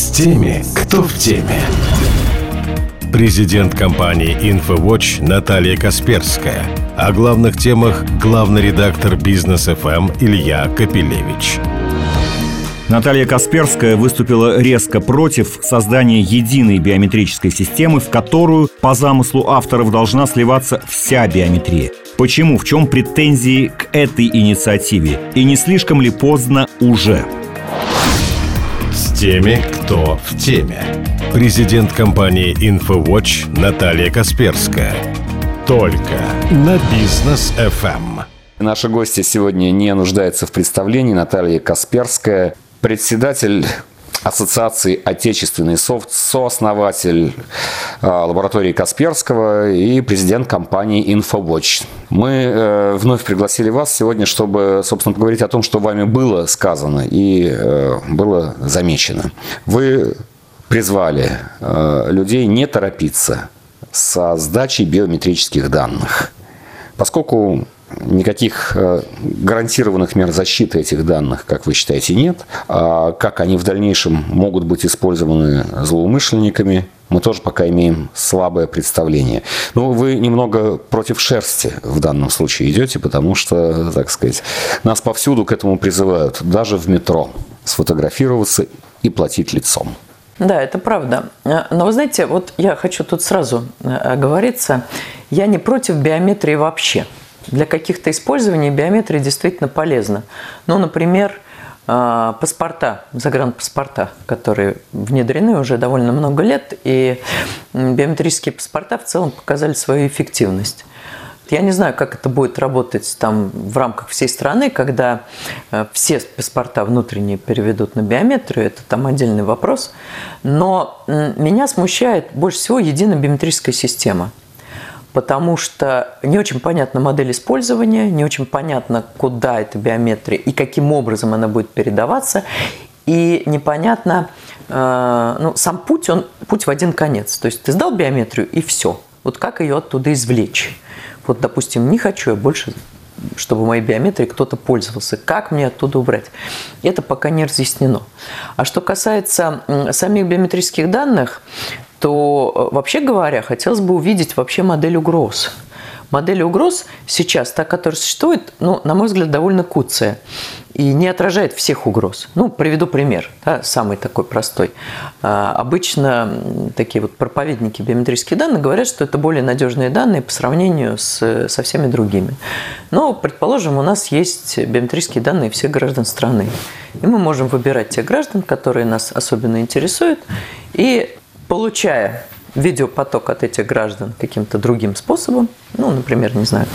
С теми, кто в теме. Президент компании «InfoWatch» Наталья Касперская. О главных темах главный редактор «Бизнес ФМ» Илья Капелевич. Наталья Касперская выступила резко против создания единой биометрической системы, в которую, по замыслу авторов, должна сливаться вся биометрия. Почему? В чем претензии к этой инициативе? И не слишком ли поздно уже? С теми, кто в теме. Президент компании «InfoWatch» Наталья Касперская. Только на Бизнес ФМ. Наши гости сегодня не нуждаются в представлении. Наталья Касперская, председатель Ассоциации «Отечественный софт», сооснователь лаборатории Касперского и президент компании «InfoWatch». Мы вновь пригласили вас сегодня, чтобы, собственно, поговорить о том, что вами было сказано и было замечено. Вы призвали людей не торопиться со сдачей биометрических данных, поскольку никаких гарантированных мер защиты этих данных, как вы считаете, нет. А как они в дальнейшем могут быть использованы злоумышленниками, мы тоже пока имеем слабое представление. Но вы немного против шерсти в данном случае идете, потому что, так сказать, нас повсюду к этому призывают, даже в метро, сфотографироваться и платить лицом. Да, это правда. Но вы знаете, вот я хочу тут сразу оговориться, я не против биометрии вообще. Для каких-то использований биометрия действительно полезна. Ну, например, паспорта, загранпаспорта, которые внедрены уже довольно много лет, и биометрические паспорта в целом показали свою эффективность. Я не знаю, как это будет работать там в рамках всей страны, когда все паспорта внутренние переведут на биометрию, это там отдельный вопрос. Но меня смущает больше всего единая биометрическая система. Потому что не очень понятна модель использования, не очень понятно, куда эта биометрия и каким образом она будет передаваться. И непонятно, сам путь, он путь в один конец. То есть ты сдал биометрию и все. Вот как ее оттуда извлечь? Вот, допустим, не хочу я больше, чтобы моей биометрией кто-то пользовался. Как мне оттуда убрать? Это пока не разъяснено. А что касается самих биометрических данных, то, вообще говоря, хотелось бы увидеть вообще модель угроз. Модель угроз сейчас, та, которая существует, на мой взгляд, довольно куцая и не отражает всех угроз. Приведу пример, да, самый такой простой. Обычно такие вот проповедники биометрических данных говорят, что это более надежные данные по сравнению со всеми другими. Но, предположим, у нас есть биометрические данные всех граждан страны. И мы можем выбирать тех граждан, которые нас особенно интересуют, и получая видеопоток от этих граждан каким-то другим способом, например, не знаю,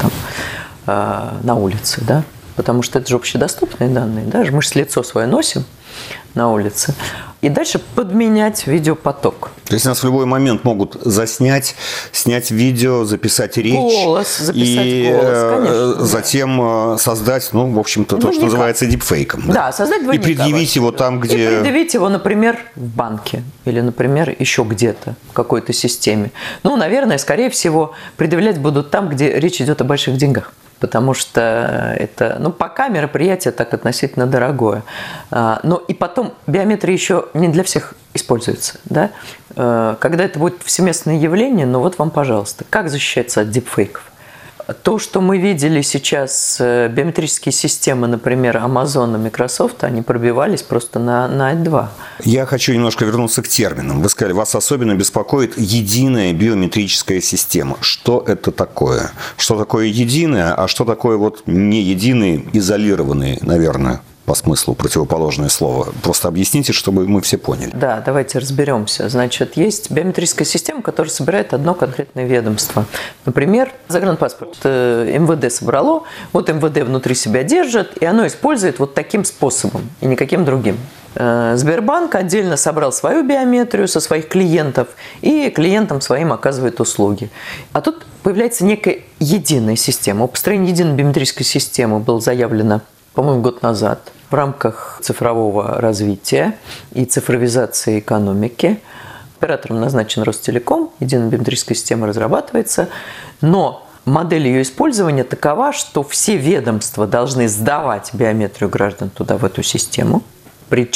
там на улице, да, потому что это же общедоступные данные, да, мы же лицо свое носим на улице, и дальше подменять видеопоток. То есть нас в любой момент могут заснять, снять видео, записать речь. Записать и голос, конечно. Затем создать, в общем-то, то, что называется дипфейком. Да, создать двойника. И предъявить его там, где... И предъявить его, например, в банке. Или, например, еще где-то, в какой-то системе. Наверное, скорее всего, предъявлять будут там, где речь идет о больших деньгах. Потому что это, пока мероприятие так относительно дорогое. Но и потом биометрия еще не для всех используется. Да? Когда это будет всеместное явление, вот вам, пожалуйста, как защищаться от дипфейков? То, что мы видели сейчас, биометрические системы, например, Amazon и Microsoft, они пробивались просто на 2. Я хочу немножко вернуться к терминам. Вы сказали, вас особенно беспокоит единая биометрическая система. Что это такое? Что такое единое, а что такое не единый, изолированный, наверное? По смыслу противоположное слово. Просто объясните, чтобы мы все поняли. Да, давайте разберемся. Значит, есть биометрическая система, которая собирает одно конкретное ведомство. Например, загранпаспорт МВД собрало, МВД внутри себя держит, и оно использует таким способом, и никаким другим. Сбербанк отдельно собрал свою биометрию со своих клиентов, и клиентам своим оказывает услуги. А тут появляется некая единая система. О построении единой биометрической системы было заявлено, по-моему, год назад в рамках цифрового развития и цифровизации экономики. Оператором назначен Ростелеком, единая биометрическая система разрабатывается, но модель ее использования такова, что все ведомства должны сдавать биометрию граждан туда, в эту систему. Причем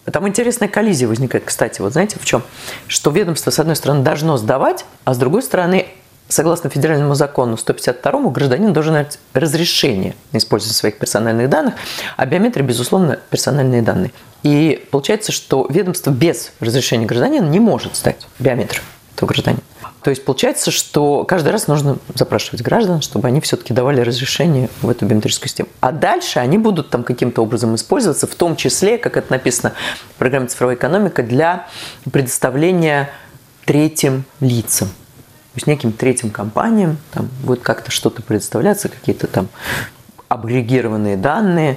Там интересная коллизия возникает, кстати. Вот знаете в чем? Что ведомство, с одной стороны, должно сдавать, а с другой стороны, согласно федеральному закону 152-му, гражданин должен дать разрешение на использование своих персональных данных, а биометрия, безусловно, персональные данные. И получается, что ведомство без разрешения гражданина не может сдать биометрию этого гражданина. То есть получается, что каждый раз нужно запрашивать граждан, чтобы они все-таки давали разрешение в эту биометрическую систему. А дальше они будут там каким-то образом использоваться, в том числе, как это написано в программе «Цифровая экономика», для предоставления третьим лицам. То есть неким третьим компаниям там будет как-то что-то предоставляться, какие-то там агрегированные данные.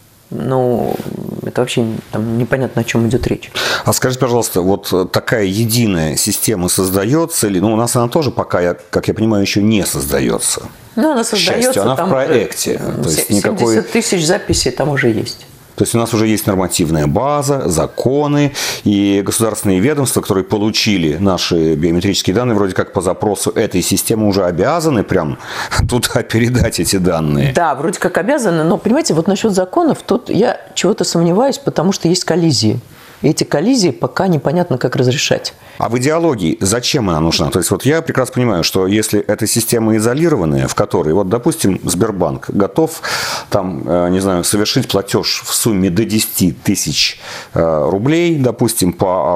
Ну, это вообще там непонятно, о чем идет речь. А скажите, пожалуйста, вот такая единая система создается или... Ну, у нас она тоже пока, как я понимаю, еще не создается. Ну, она создается. К счастью, она в проекте. То есть 70 тысяч записей там уже есть. То есть у нас уже есть нормативная база, законы и государственные ведомства, которые получили наши биометрические данные, вроде как по запросу этой системы уже обязаны прям туда передать эти данные. Да, вроде как обязаны, но, понимаете, вот насчет законов тут я чего-то сомневаюсь, потому что есть коллизии. И эти коллизии пока непонятно, как разрешать. А в идеологии зачем она нужна? То есть вот я прекрасно понимаю, что если эта система изолированная, в которой, вот, допустим, Сбербанк готов там, не знаю, совершить платеж в сумме до 10 тысяч рублей, допустим,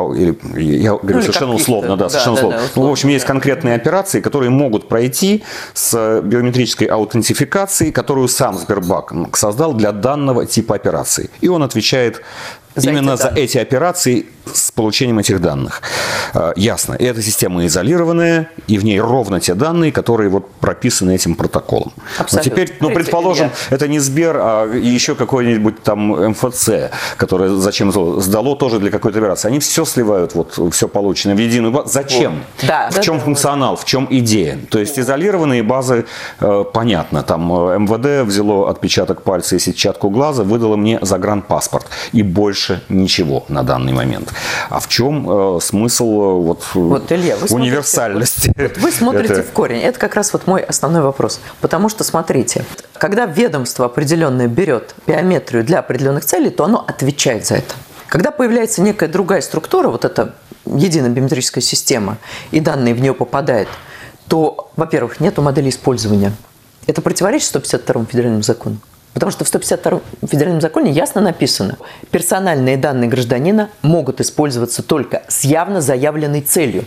я говорю совершенно условно, да, совершенно условно. Ну, в общем, есть конкретные операции, которые могут пройти с биометрической аутентификацией, которую сам Сбербанк создал для данного типа операций. И он отвечает именно за эти операции с получением этих данных. Ясно. И эта система изолированная, и в ней ровно те данные, которые вот прописаны этим протоколом. Абсолютно. Но теперь, предположим, это не Сбер, а еще какой-нибудь там МФЦ, которое зачем сдало тоже для какой-то операции. Они все сливают, вот все полученное в единую базу. Зачем? Да, в чем функционал, в чем идея? То есть изолированные базы, понятно. Там МВД взяло отпечаток пальца и сетчатку глаза, выдало мне загранпаспорт. И больше ничего на данный момент. А в чем смысл Илья, универсальности? Вы смотрите в корень. Это как раз вот мой основной вопрос. Потому что, смотрите, когда ведомство определенное берет биометрию для определенных целей, то оно отвечает за это. Когда появляется некая другая структура, вот эта единая биометрическая система, и данные в нее попадают, то, во-первых, нету модели использования. Это противоречит 152-му федеральному закону. Потому что в 152-м федеральном законе ясно написано, персональные данные гражданина могут использоваться только с явно заявленной целью.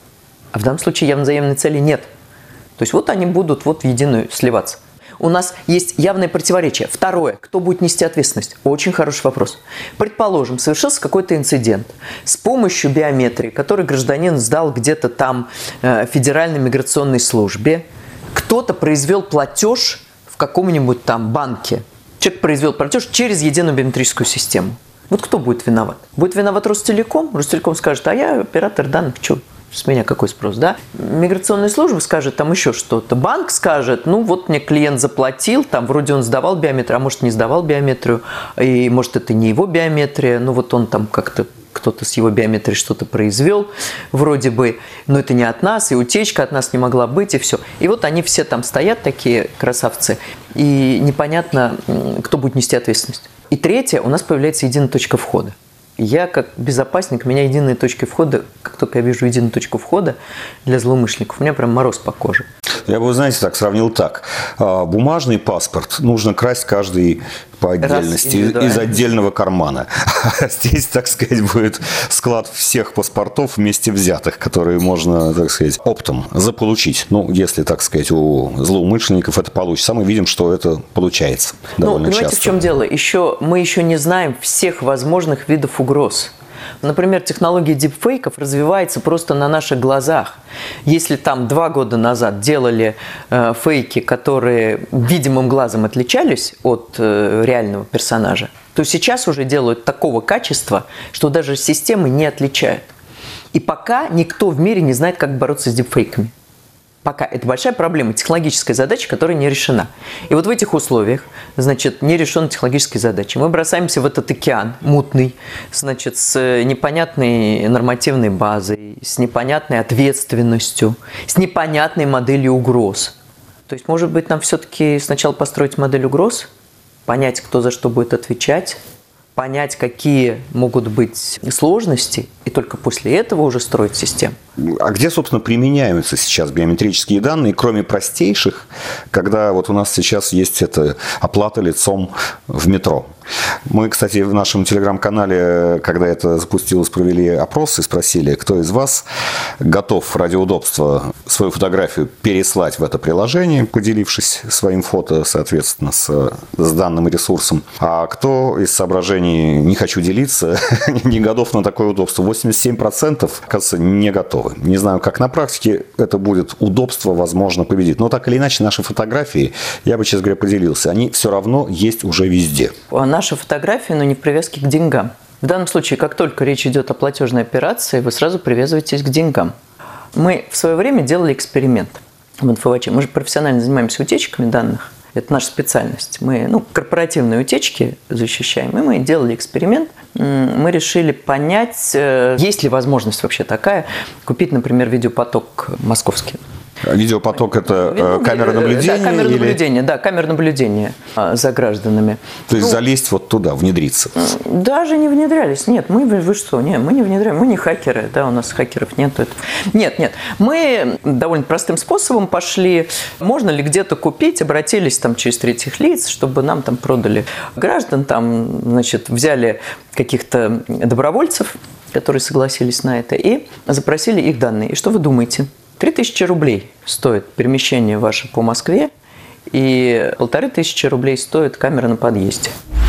А в данном случае явно заявленной цели нет. То есть вот они будут вот в единую сливаться. У нас есть явное противоречие. Второе. Кто будет нести ответственность? Очень хороший вопрос. Предположим, совершился какой-то инцидент. С помощью биометрии, который гражданин сдал где-то там Федеральной миграционной службе, кто-то произвел платеж в каком-нибудь там банке. Человек произвел платеж через единую биометрическую систему. Вот кто будет виноват? Будет виноват Ростелеком? Ростелеком скажет, а я оператор данных, что с меня какой спрос, да? Миграционная служба скажет там еще что-то. Банк скажет, ну вот мне клиент заплатил, там вроде он сдавал биометрию, а может не сдавал биометрию, и может это не его биометрия, ну вот он там как-то кто-то с его биометрией что-то произвел, вроде бы, но это не от нас, и утечка от нас не могла быть, и все. И вот они все там стоят, такие красавцы, и непонятно, кто будет нести ответственность. И третье, у нас появляется единая точка входа. Я, как безопасник, у меня единая точка входа, как только я вижу единую точку входа для злоумышленников, у меня прям мороз по коже. Я бы, знаете, так сравнил так. Бумажный паспорт нужно красть каждый по отдельности, из отдельного кармана. А здесь, так сказать, будет склад всех паспортов вместе взятых, которые можно, так сказать, оптом заполучить. Ну, если, так сказать, у злоумышленников это получится. Мы видим, что это получается довольно часто. Понимаете, в чем дело? Мы еще не знаем всех возможных видов угроз. Например, технология дипфейков развивается просто на наших глазах. Если там 2 года назад делали фейки, которые видимым глазом отличались от реального персонажа, то сейчас уже делают такого качества, что даже системы не отличают. И пока никто в мире не знает, как бороться с дипфейками. Пока это большая проблема, технологическая задача, которая не решена. И вот в этих условиях, значит, не решенной технологической задачи, мы бросаемся в этот океан мутный, значит, с непонятной нормативной базой, с непонятной ответственностью, с непонятной моделью угроз. То есть, может быть, нам все-таки сначала построить модель угроз, понять, кто за что будет отвечать, понять, какие могут быть сложности, и только после этого уже строить систему. А где, собственно, применяются сейчас биометрические данные, кроме простейших, когда вот у нас сейчас есть эта оплата лицом в метро? Мы, кстати, в нашем телеграм-канале, когда это запустилось, провели опрос и спросили, кто из вас готов ради удобства свою фотографию переслать в это приложение, поделившись своим фото, соответственно, с данным ресурсом. А кто из соображений «не хочу делиться», не готов на такое удобство? 87%, кажется, не готовы. Не знаю, как на практике это будет. Удобство, возможно, победит. Но так или иначе, наши фотографии, я бы, честно говоря, поделился, они все равно есть уже везде. Наши фотографии, но не в привязке к деньгам. В данном случае, как только речь идет о платежной операции, вы сразу привязываетесь к деньгам. Мы в свое время делали эксперимент в НФВЧ. Мы же профессионально занимаемся утечками данных. Это наша специальность. Мы корпоративные утечки защищаем. И мы делали эксперимент. Мы решили понять, есть ли возможность вообще такая, купить, например, видеопоток московский. Видеопоток – это камера наблюдения? Да, камера наблюдения, да, камера наблюдения за гражданами. То есть залезть вот туда, внедриться? Даже не внедрялись. Нет, вы что? Нет, мы не внедряем, мы не хакеры, да, у нас хакеров нет. Нет, мы довольно простым способом пошли. Можно ли где-то купить, обратились там через третьих лиц, чтобы нам там продали граждан, там, значит, взяли каких-то добровольцев, которые согласились на это, и запросили их данные. И что вы думаете? 3000 рублей стоит перемещение ваше по Москве, и 1500 рублей стоит камера на подъезде.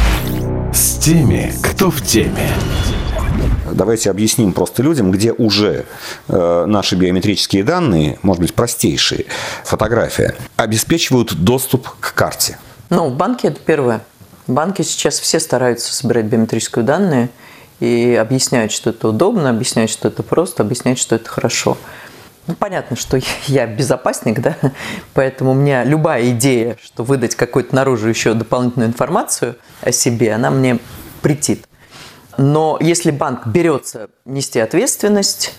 С теми, кто в теме. Давайте объясним просто людям, где уже наши биометрические данные, может быть, простейшие, фотография, обеспечивают доступ к карте. В банке это первое. Банки сейчас все стараются собирать биометрические данные и объясняют, что это удобно, объясняют, что это просто, объясняют, что это хорошо. Понятно, что я безопасник, да, поэтому у меня любая идея, что выдать какую-то наружу еще дополнительную информацию о себе, она мне претит. Но если банк берется нести ответственность,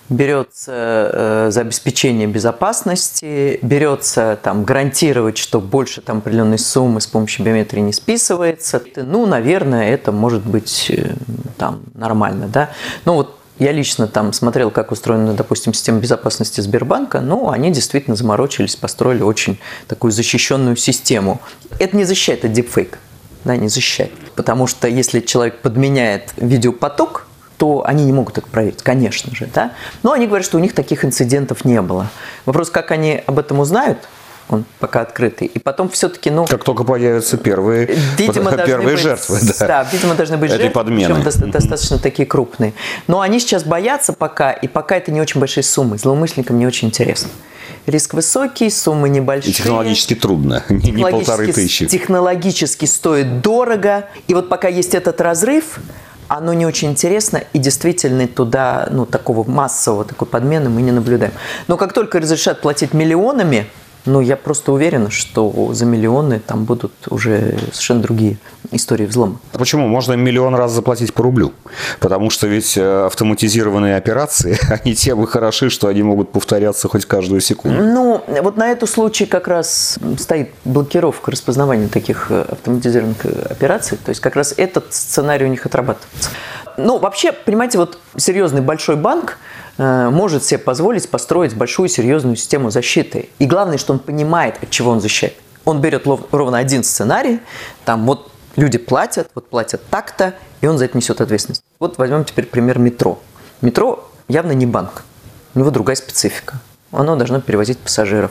берется за обеспечение безопасности, берется там гарантировать, что больше там определенной суммы с помощью биометрии не списывается, наверное, это может быть там нормально, да. Я лично там смотрел, как устроена, допустим, система безопасности Сбербанка. Они действительно заморочились, построили очень такую защищенную систему. Это не защищает, это дипфейк. Да, не защищает. Потому что если человек подменяет видеопоток, то они не могут это проверить, конечно же. Да? Но они говорят, что у них таких инцидентов не было. Вопрос, как они об этом узнают, он пока открытый. И потом все-таки, как только появятся первые жертвы. Да, видимо, должны быть этой жертвы, подмены. Причем достаточно такие крупные. Но они сейчас боятся пока, и пока это не очень большие суммы. Злоумышленникам не очень интересно. Риск высокий, суммы небольшие. И технологически трудно, не 1500. Технологически стоит дорого. И вот пока есть этот разрыв, оно не очень интересно, и действительно туда, такого массового такой подмены мы не наблюдаем. Но как только разрешат платить миллионами, я просто уверена, что за миллионы там будут уже совершенно другие истории взлома. Почему? Можно миллион раз заплатить по рублю. Потому что ведь автоматизированные операции, они тем и хороши, что они могут повторяться хоть каждую секунду. Вот на этот случай как раз стоит блокировка распознавания таких автоматизированных операций. То есть как раз этот сценарий у них отрабатывается. Вообще, понимаете, серьезный большой банк может себе позволить построить большую серьезную систему защиты. И главное, что он понимает, от чего он защищает. Он берет ровно один сценарий, там люди платят так-то, и он за это несет ответственность. Возьмем теперь пример метро. Метро явно не банк, у него другая специфика. Оно должно перевозить пассажиров.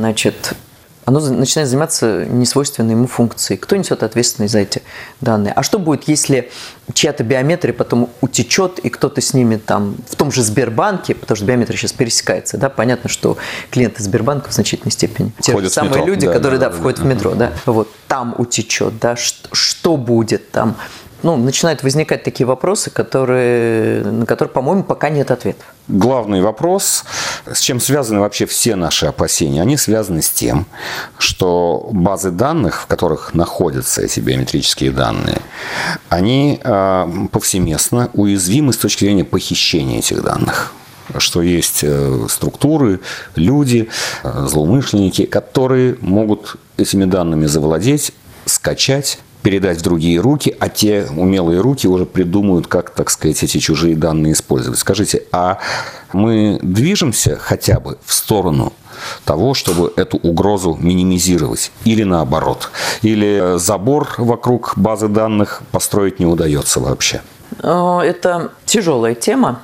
Оно начинает заниматься несвойственной ему функцией. Кто несет ответственность за эти данные? А что будет, если чья-то биометрия потом утечет, и кто-то с ними там в том же Сбербанке, потому что биометрия сейчас пересекается, да, понятно, что клиенты Сбербанка в значительной степени. Те же самые люди, которые входят в метро, да, там утечет, да, что будет там? Начинают возникать такие вопросы, на которые, по-моему, пока нет ответов. Главный вопрос, с чем связаны вообще все наши опасения, они связаны с тем, что базы данных, в которых находятся эти биометрические данные, они повсеместно уязвимы с точки зрения похищения этих данных. Что есть структуры, люди, злоумышленники, которые могут этими данными завладеть, скачать передать в другие руки, а те умелые руки уже придумают, как, так сказать, эти чужие данные использовать. Скажите, а мы движемся хотя бы в сторону того, чтобы эту угрозу минимизировать? Или наоборот? Или забор вокруг базы данных построить не удается вообще? Это тяжелая тема.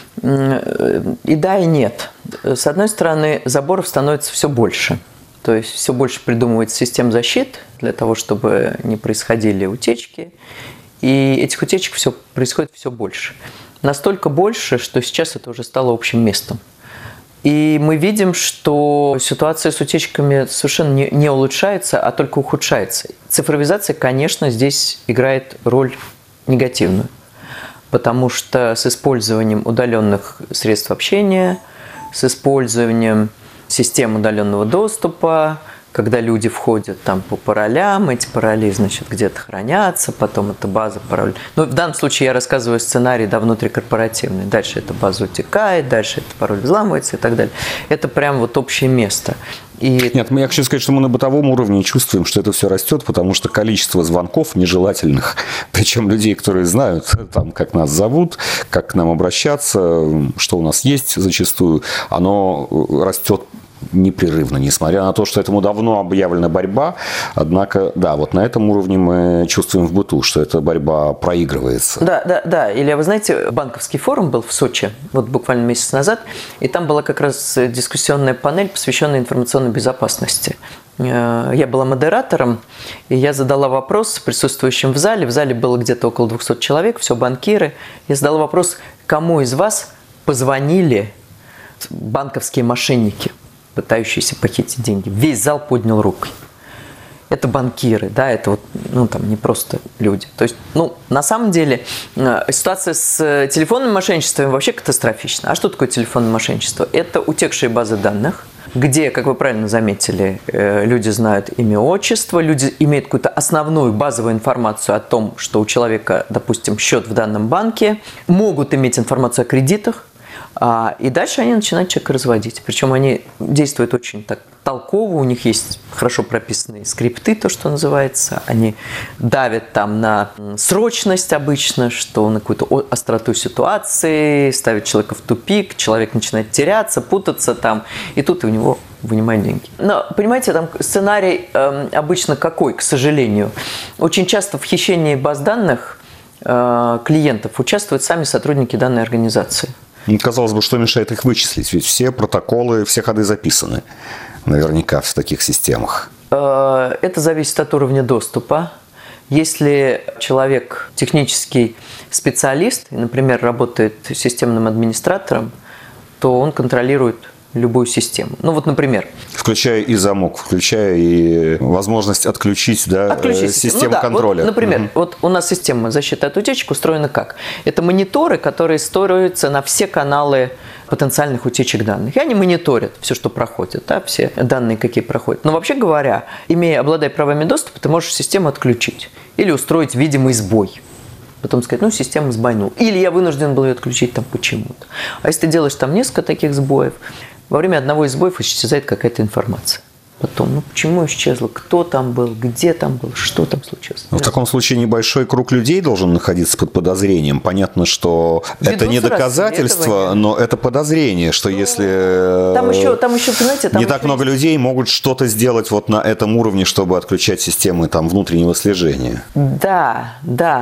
И да, и нет. С одной стороны, заборов становится все больше. То есть все больше придумывается систем защит для того, чтобы не происходили утечки. И этих утечек происходит все больше. Настолько больше, что сейчас это уже стало общим местом. И мы видим, что ситуация с утечками совершенно не улучшается, а только ухудшается. Цифровизация, конечно, здесь играет роль негативную, потому что с использованием удаленных средств общения, с использованием систем удаленного доступа, когда люди входят там по паролям, эти пароли, значит, где-то хранятся, потом эта база паролей. Ну, в данном случае я рассказываю сценарий, да, внутрикорпоративный. Дальше эта база утекает, дальше этот пароль взламывается и так далее. Это прям вот общее место. Нет, я хочу сказать, что мы на бытовом уровне чувствуем, что это все растет, потому что количество звонков нежелательных, причем людей, которые знают, там, как нас зовут, как к нам обращаться, что у нас есть зачастую, оно растет непрерывно, несмотря на то, что этому давно объявлена борьба. Однако, да, вот на этом уровне мы чувствуем в быту, что эта борьба проигрывается. Да. Илья, вы знаете, банковский форум был в Сочи, вот буквально месяц назад, и там была как раз дискуссионная панель, посвященная информационной безопасности. Я была модератором, и я задала вопрос присутствующим в зале. В зале было где-то около 200 человек, все банкиры. Я задала вопрос, кому из вас позвонили банковские мошенники, пытающиеся похитить деньги. Весь зал поднял руки. Это банкиры, да, это вот, ну, там, не просто люди. То есть, ну, на самом деле, ситуация с телефонным мошенничеством вообще катастрофична. А что такое телефонное мошенничество? Это утекшие базы данных, где, как вы правильно заметили, люди знают имя, отчество, люди имеют какую-то основную базовую информацию о том, что у человека, допустим, счет в данном банке, могут иметь информацию о кредитах, и дальше они начинают человека разводить. Причем они действуют очень так толково, у них есть хорошо прописанные скрипты, то, что называется. Они давят там на срочность обычно, что на какую-то остроту ситуации, ставят человека в тупик, человек начинает теряться, путаться там, и тут у него вынимают деньги. Но, понимаете, там сценарий обычно какой, к сожалению? Очень часто в хищении баз данных клиентов участвуют сами сотрудники данной организации. Казалось бы, что мешает их вычислить? Ведь все протоколы, все ходы записаны наверняка в таких системах. Это зависит от уровня доступа. Если человек технический специалист, например, работает системным администратором, то он контролирует любую систему. Ну вот, например. Включая и замок, включая и возможность отключить систему контроля. Вот, например, вот у нас система защиты от утечек устроена как? Это мониторы, которые строятся на все каналы потенциальных утечек данных. И они мониторят все, что проходит, да, все данные, какие проходят. Но вообще говоря, обладая правами доступа, ты можешь систему отключить или устроить видимый сбой. Потом сказать, ну, система сбойнула. Или я вынужден был ее отключить там почему-то. А если ты делаешь там несколько таких сбоев, во время одного из сбоев исчезает какая-то информация. Потом, ну почему исчезло, кто там был, где там был, что там случилось. В таком случае небольшой круг людей должен находиться под подозрением. Понятно, что это не доказательство, но это подозрение, что если там еще, понимаете, не так много людей могут что-то сделать вот на этом уровне, чтобы отключать системы там внутреннего слежения. Да,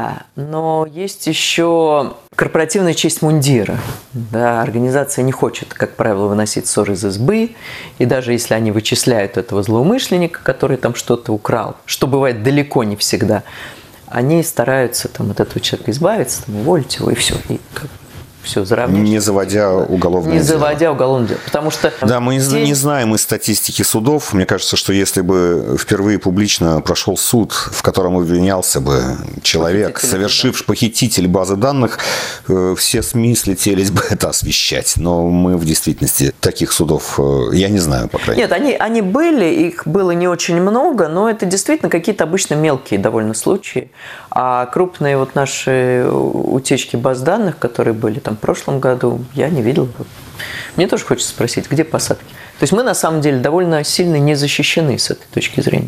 но есть еще корпоративная честь мундира. Да, организация не хочет, как правило, выносить ссоры из избы, и даже если они вычисляют этого злоумышленника, который там что-то украл, что бывает далеко не всегда, они стараются там, от этого человека избавиться, там, уволить его, и все. И все заравнять. Не заводя уголовное дело. Не заводя уголовное дело. Потому что... Да, мы не знаем из статистики судов. Мне кажется, что если бы впервые публично прошел суд, в котором обвинялся бы человек, похититель базы данных, все СМИ слетелись бы это освещать. Но мы в действительности таких судов, я не знаю, по крайней мере. Нет, они были, их было не очень много, но это действительно какие-то обычно мелкие довольно случаи. А крупные вот наши утечки баз данных, которые были там в прошлом году, я не видел. Мне тоже хочется спросить, где посадки? То есть мы на самом деле довольно сильно не защищены с этой точки зрения.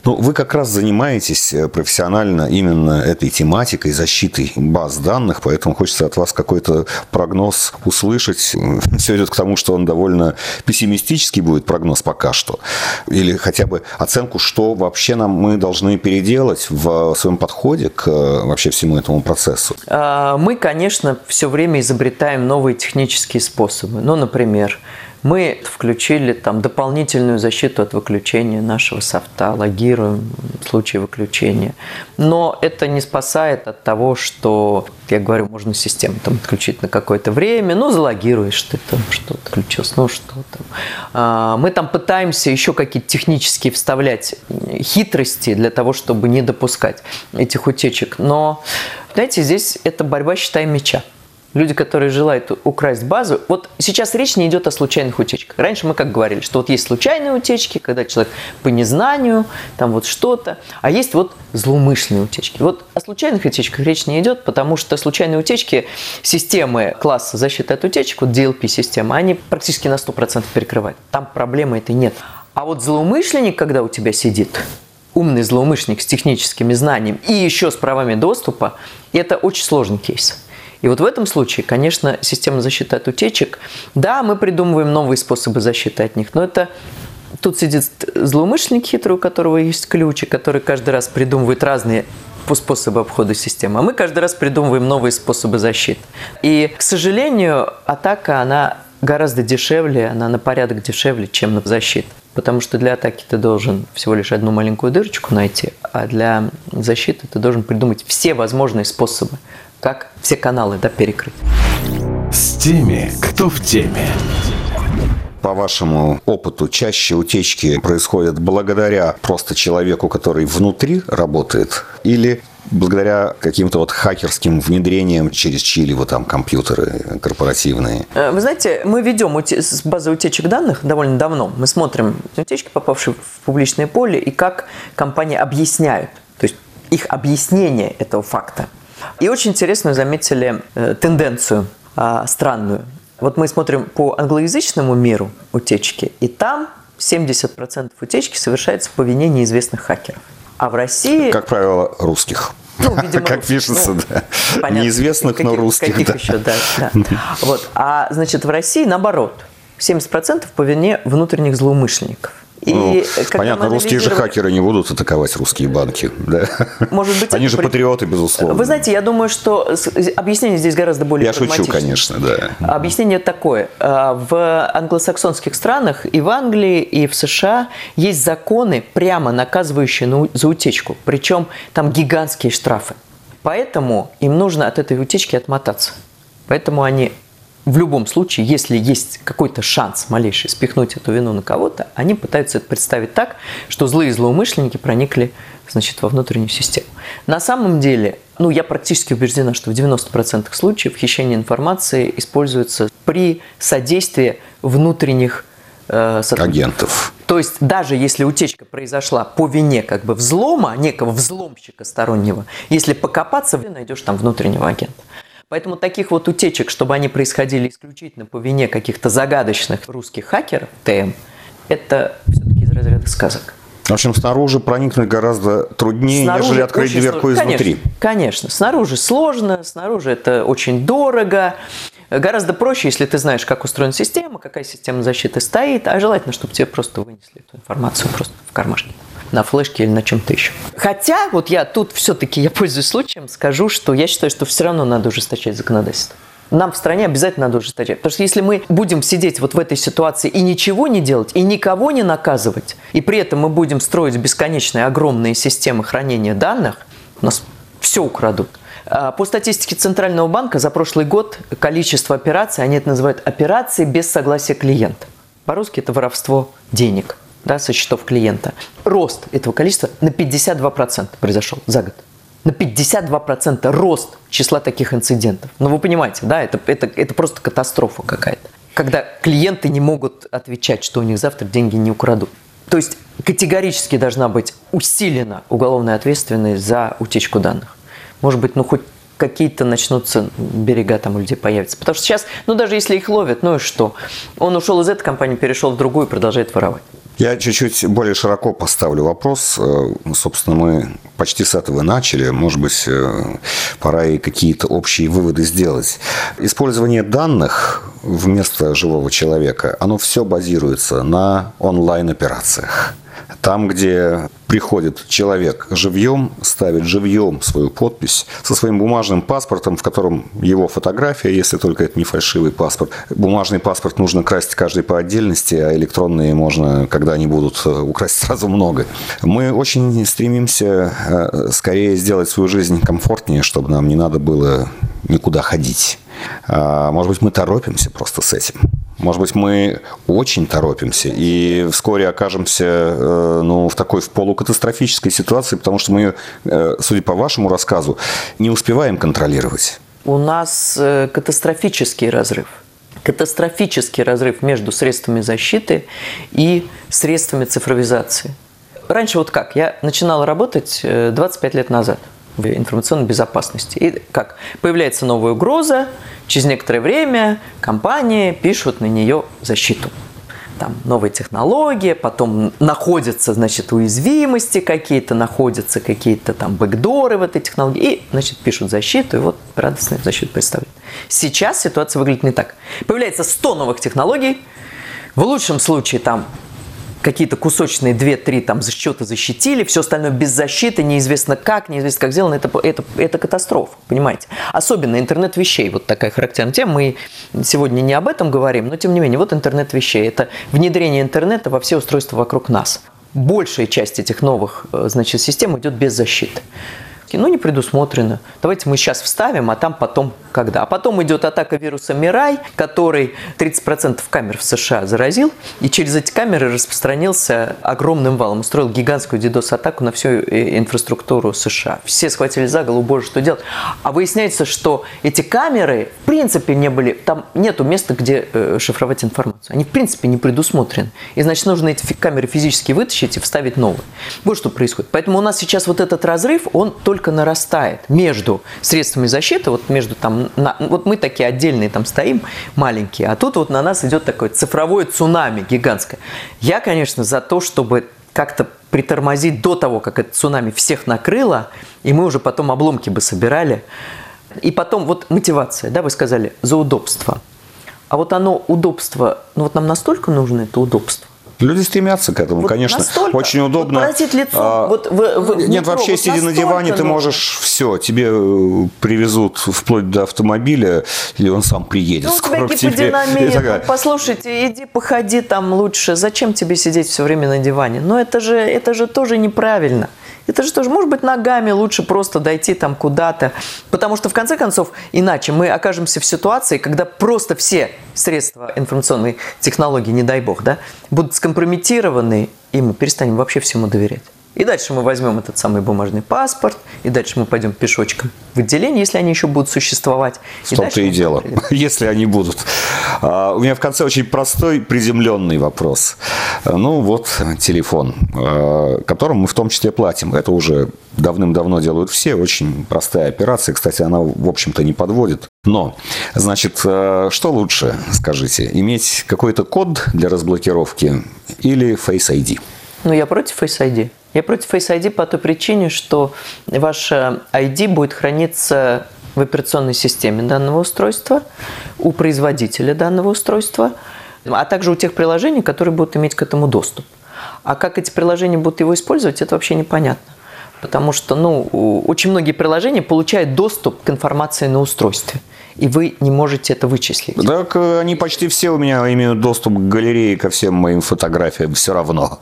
Ну, вы как раз занимаетесь профессионально именно этой тематикой, защитой баз данных, поэтому хочется от вас какой-то прогноз услышать. Все идет к тому, что он довольно пессимистический будет прогноз пока что. Или хотя бы оценку, что вообще мы должны переделать в своем подходе к вообще всему этому процессу. Мы, конечно, все время изобретаем новые технические способы. Ну, например, мы включили там дополнительную защиту от выключения нашего софта, логируем в случае выключения. Но это не спасает от того, что, я говорю, можно систему там отключить на какое-то время, ну, залогируешь ты там что-то, отключился, ну, что там. Мы там пытаемся еще какие-то технические вставлять хитрости для того, чтобы не допускать этих утечек. Но, знаете, здесь это борьба, считай, мяча. Люди, которые желают украсть базу, вот сейчас речь не идет о случайных утечках. Раньше мы как говорили, что вот есть случайные утечки, когда человек по незнанию, там вот что-то, а есть вот злоумышленные утечки. Вот о случайных утечках речь не идет, потому что случайные утечки системы класса защиты от утечек, вот DLP-система, они практически на 100% перекрывают. Там проблемы этой нет. А вот злоумышленник, когда у тебя сидит, умный злоумышленник с техническими знаниями и еще с правами доступа, это очень сложный кейс. И вот в этом случае, конечно, система защиты от утечек, да, мы придумываем новые способы защиты от них, но это тут сидит злоумышленник хитрый, у которого есть ключи, который каждый раз придумывает разные способы обхода системы, а мы каждый раз придумываем новые способы защиты. И, к сожалению, атака, она гораздо дешевле, она на порядок дешевле, чем защита. Потому что для атаки ты должен всего лишь одну маленькую дырочку найти, а для защиты ты должен придумать все возможные способы, как все каналы, да, перекрыть. С теми, кто в теме. По вашему опыту, чаще утечки происходят благодаря просто человеку, который внутри работает, или благодаря каким-то вот хакерским внедрениям через чьи-либо там компьютеры корпоративные? Вы знаете, мы ведем с базы утечек данных довольно давно. Мы смотрим утечки, попавшие в публичное поле, и как компании объясняют, то есть их объяснение этого факта. И очень интересную заметили тенденцию странную. Вот мы смотрим по англоязычному миру утечки, и там 70% утечки совершается по вине неизвестных хакеров. А в России... Как правило, русских. Ну, видимо, как пишется, да. Понятно. Неизвестных, но русских. Каких еще, да. Вот. А, значит, в России наоборот. 70% по вине внутренних злоумышленников. И понятно, русские же хакеры не будут атаковать русские банки. Да? Может быть, они же патриоты, безусловно. Вы знаете, я думаю, что объяснение здесь гораздо более прагматичное. Я шучу, конечно, да. Объяснение такое. В англосаксонских странах, и в Англии, и в США есть законы, прямо наказывающие за утечку. Причем там гигантские штрафы. Поэтому им нужно от этой утечки отмотаться. Поэтому они... В любом случае, если есть какой-то шанс малейший спихнуть эту вину на кого-то, они пытаются это представить так, что злые злоумышленники проникли, значит, во внутреннюю систему. На самом деле, я практически убеждена, что в 90% случаев хищение информации используется при содействии внутренних агентов. То есть даже если утечка произошла по вине взлома, некого взломщика стороннего, если покопаться, ты найдешь там внутреннего агента. Поэтому таких вот утечек, чтобы они происходили исключительно по вине каких-то загадочных русских хакеров, ТМ, это все-таки из разряда сказок. В общем, снаружи проникнуть гораздо труднее, нежели открыть дверку изнутри. Конечно. Снаружи сложно, снаружи это очень дорого. Гораздо проще, если ты знаешь, как устроена система, какая система защиты стоит, а желательно, чтобы тебе просто вынесли эту информацию просто в кармашке, на флешке или на чем-то еще. Хотя, вот я тут все-таки, я пользуюсь случаем, скажу, что я считаю, что все равно надо ужесточать законодательство. Нам в стране обязательно надо ужесточать. Потому что если мы будем сидеть вот в этой ситуации и ничего не делать, и никого не наказывать, и при этом мы будем строить бесконечные огромные системы хранения данных, у нас все украдут. По статистике Центрального банка за прошлый год количество операций, они это называют операции без согласия клиента. По-русски это воровство денег, да, со счетов клиента. Рост этого количества на 52% произошел за год. На 52% рост числа таких инцидентов. Ну, вы понимаете, да, это просто катастрофа какая-то. Когда клиенты не могут отвечать, что у них завтра деньги не украдут. То есть категорически должна быть усилена уголовная ответственность за утечку данных. Может быть, хоть какие-то начнутся берега там у людей появятся. Потому что сейчас, даже если их ловят, и что? Он ушел из этой компании, перешел в другую и продолжает воровать. Я чуть-чуть более широко поставлю вопрос. Собственно, мы почти с этого начали. Может быть, пора и какие-то общие выводы сделать. Использование данных вместо живого человека, оно все базируется на онлайн-операциях. Там, где приходит человек живьем, ставит живьем свою подпись со своим бумажным паспортом, в котором его фотография, если только это не фальшивый паспорт. Бумажный паспорт нужно красть каждый по отдельности, а электронные можно, когда они будут, украсть сразу много. Мы очень стремимся скорее сделать свою жизнь комфортнее, чтобы нам не надо было никуда ходить. Может быть, мы торопимся просто с этим. Может быть, мы очень торопимся и вскоре окажемся в такой полукатастрофической ситуации, потому что мы, судя по вашему рассказу, не успеваем контролировать. У нас катастрофический разрыв. Катастрофический разрыв между средствами защиты и средствами цифровизации. Раньше вот как? Я начинала работать 25 лет назад в информационной безопасности. И как? Появляется новая угроза, через некоторое время компании пишут на нее защиту. Там новые технологии, потом находятся, уязвимости какие-то, находятся какие-то там бэкдоры в этой технологии, и, пишут защиту, и вот радостно защиту представляют. Сейчас ситуация выглядит не так. Появляется 100 новых технологий, в лучшем случае там какие-то кусочные 2-3 там что-то защитили, все остальное без защиты, неизвестно как сделано, это катастрофа, понимаете? Особенно интернет вещей, вот такая характерная тема, мы сегодня не об этом говорим, но тем не менее, вот интернет вещей, это внедрение интернета во все устройства вокруг нас. Большая часть этих новых, систем идет без защиты. Не предусмотрено. Давайте мы сейчас вставим, а там потом когда. А потом идет атака вируса Мирай, который 30% камер в США заразил, и через эти камеры распространился огромным валом, устроил гигантскую DDoS-атаку на всю инфраструктуру США. Все схватили за голову, боже, что делать. А выясняется, что эти камеры в принципе не были, там нету места, где шифровать информацию. Они в принципе не предусмотрены. И нужно эти камеры физически вытащить и вставить новые. Вот что происходит. Поэтому у нас сейчас вот этот разрыв, он только нарастает между средствами защиты, вот между вот мы такие отдельные там стоим, маленькие, а тут вот на нас идет такое цифровое цунами гигантское. Я, конечно, за то, чтобы как-то притормозить до того, как это цунами всех накрыло, и мы уже потом обломки бы собирали. И потом вот мотивация, да, вы сказали, за удобство. А вот оно, удобство, нам настолько нужно это удобство. Люди стремятся к этому, конечно. Настолько, очень удобно. Поразить лицо. Нет, вообще, сидя на диване, ты можешь все. Тебе привезут вплоть до автомобиля, или он сам приедет скоро к тебе. Послушайте, иди походи там лучше. Зачем тебе сидеть все время на диване? Это же тоже неправильно. Это же тоже, может быть, ногами лучше просто дойти там куда-то. Потому что, в конце концов, иначе мы окажемся в ситуации, когда просто все средства информационной технологии, не дай бог, да, будут скомпрометированы, и мы перестанем вообще всему доверять. И дальше мы возьмем этот самый бумажный паспорт, и дальше мы пойдем пешочком в отделение, если они еще будут существовать. В том-то и дело, если они будут. У меня в конце очень простой, приземленный вопрос. Телефон, которым мы в том числе платим. Это уже давным-давно делают все. Очень простая операция. Кстати, она, в общем-то, не подводит. Но, что лучше, скажите? Иметь какой-то код для разблокировки или Face ID? Я против Face ID. Я против Face ID по той причине, что ваше ID будет храниться в операционной системе данного устройства, у производителя данного устройства, а также у тех приложений, которые будут иметь к этому доступ. А как эти приложения будут его использовать, это вообще непонятно. Потому что очень многие приложения получают доступ к информации на устройстве. И вы не можете это вычислить. Так они почти все у меня имеют доступ к галерее, ко всем моим фотографиям. Все равно.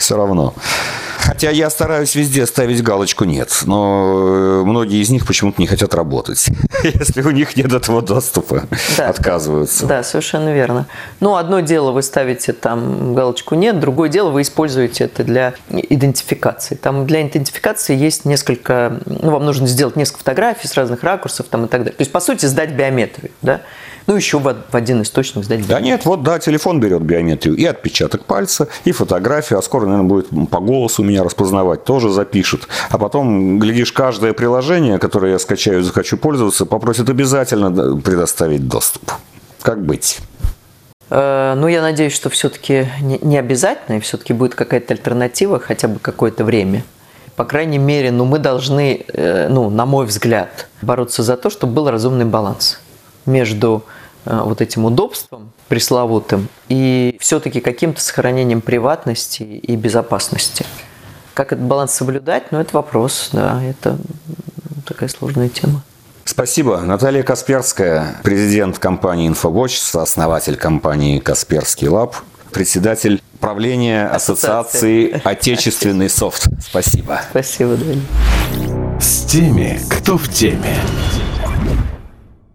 Хотя я стараюсь везде ставить галочку «нет». Но многие из них почему-то не хотят работать. Если у них нет этого доступа, отказываются. Да, совершенно верно. Одно дело вы ставите там галочку «нет», другое дело вы используете это для идентификации. Там для идентификации есть несколько... вам нужно сделать несколько фотографий с разных ракурсов там, и так далее. То есть, по сути, сдать биометрию, да? Еще в один источник сдать биометрию. Да нет, телефон берет биометрию, и отпечаток пальца, и фотографию, а скоро, наверное, будет по голосу меня распознавать, тоже запишет. А потом, глядишь, каждое приложение, которое я скачаю и захочу пользоваться, попросит обязательно предоставить доступ. Как быть? Но я надеюсь, что все-таки не обязательно, и все-таки будет какая-то альтернатива хотя бы какое-то время. По крайней мере, мы должны, на мой взгляд, бороться за то, чтобы был разумный баланс между вот этим удобством пресловутым и все-таки каким-то сохранением приватности и безопасности. Как этот баланс соблюдать, это вопрос, да, это такая сложная тема. Спасибо. Наталья Касперская, президент компании InfoWatch, сооснователь компании Касперский Лаб, председатель правления Ассоциации «Отечественный софт». Спасибо. Спасибо, Даня. С теми, кто в теме.